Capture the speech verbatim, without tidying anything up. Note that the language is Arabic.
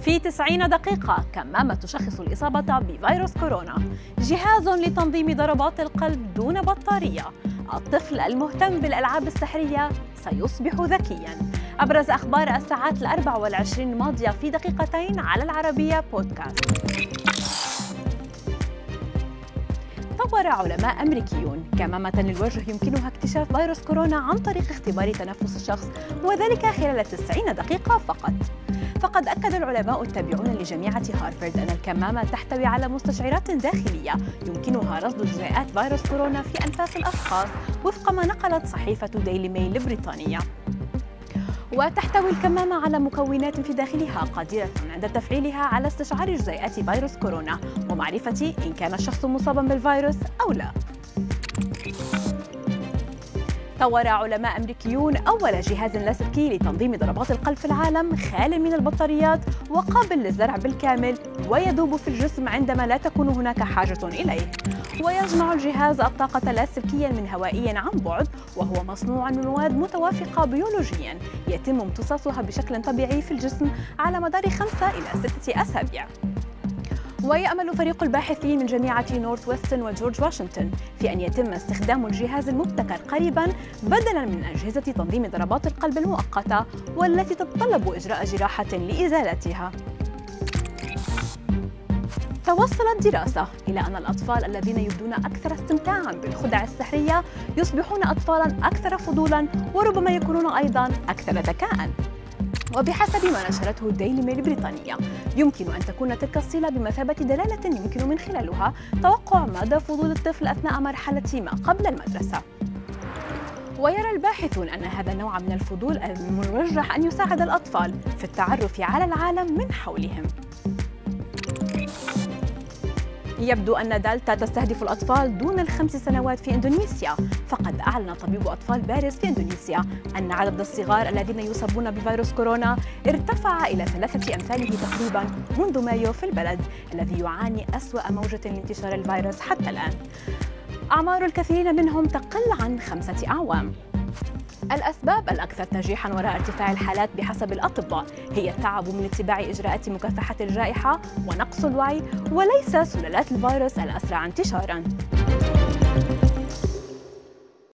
في تسعين دقيقة كمامة تشخص الإصابة بفيروس كورونا. جهاز لتنظيم ضربات القلب دون بطارية. الطفل المهتم بالألعاب السحرية سيصبح ذكياً. أبرز أخبار الساعات الأربع والعشرين الماضية في دقيقتين على العربية بودكاست. طور علماء أمريكيون كمامة للوجه يمكنها اكتشاف فيروس كورونا عن طريق اختبار تنفس الشخص، وذلك خلال تسعين دقيقة فقط. فقد أكد العلماء التابعون لجامعة هارفارد أن الكمامة تحتوي على مستشعرات داخلية يمكنها رصد جزيئات فيروس كورونا في أنفاس الأشخاص، وفق ما نقلت صحيفة ديلي ميل البريطانية. وتحتوي الكمامة على مكونات في داخلها قادرة عند تفعيلها على استشعار جزيئات فيروس كورونا ومعرفة إن كان الشخص مصابا بالفيروس أو لا. طور علماء أمريكيون أول جهاز لاسلكي لتنظيم ضربات القلب في العالم، خال من البطاريات وقابل للزرع بالكامل ويذوب في الجسم عندما لا تكون هناك حاجة إليه. ويجمع الجهاز الطاقة اللاسلكية من هوائيا عن بعد، وهو مصنوع من مواد متوافقة بيولوجيا يتم امتصاصها بشكل طبيعي في الجسم على مدار خمسة إلى ستة أسابيع. ويأمل فريق الباحثين من جامعة نورث ويسترن وجورج واشنطن في أن يتم استخدام الجهاز المبتكر قريباً بدلاً من أجهزة تنظيم ضربات القلب المؤقتة والتي تتطلب إجراء جراحة لإزالتها. توصلت دراسة إلى أن الأطفال الذين يبدون أكثر استمتاعاً بالخدع السحرية يصبحون أطفالاً أكثر فضولاً وربما يكونون أيضاً أكثر ذكاءً. وبحسب ما نشرته ديلي ميل البريطانية، يمكن أن تكون تلك الصلة بمثابة دلالة يمكن من خلالها توقع مدى فضول الطفل أثناء مرحلة ما قبل المدرسة. ويرى الباحثون أن هذا النوع من الفضول المرجح أن يساعد الأطفال في التعرف على العالم من حولهم. يبدو أن دلتا تستهدف الأطفال دون الخمس سنوات في إندونيسيا، فقد أعلن طبيب أطفال باريس في إندونيسيا أن عدد الصغار الذين يصابون بفيروس كورونا ارتفع إلى ثلاثة أمثاله تقريباً منذ مايو في البلد الذي يعاني أسوأ موجة لانتشار الفيروس حتى الآن. أعمار الكثيرين منهم تقل عن خمسة أعوام. الأسباب الأكثر ترجيحاً وراء ارتفاع الحالات بحسب الأطباء هي التعب من اتباع إجراءات مكافحة الجائحة ونقص الوعي، وليس سلالات الفيروس الأسرع انتشاراً.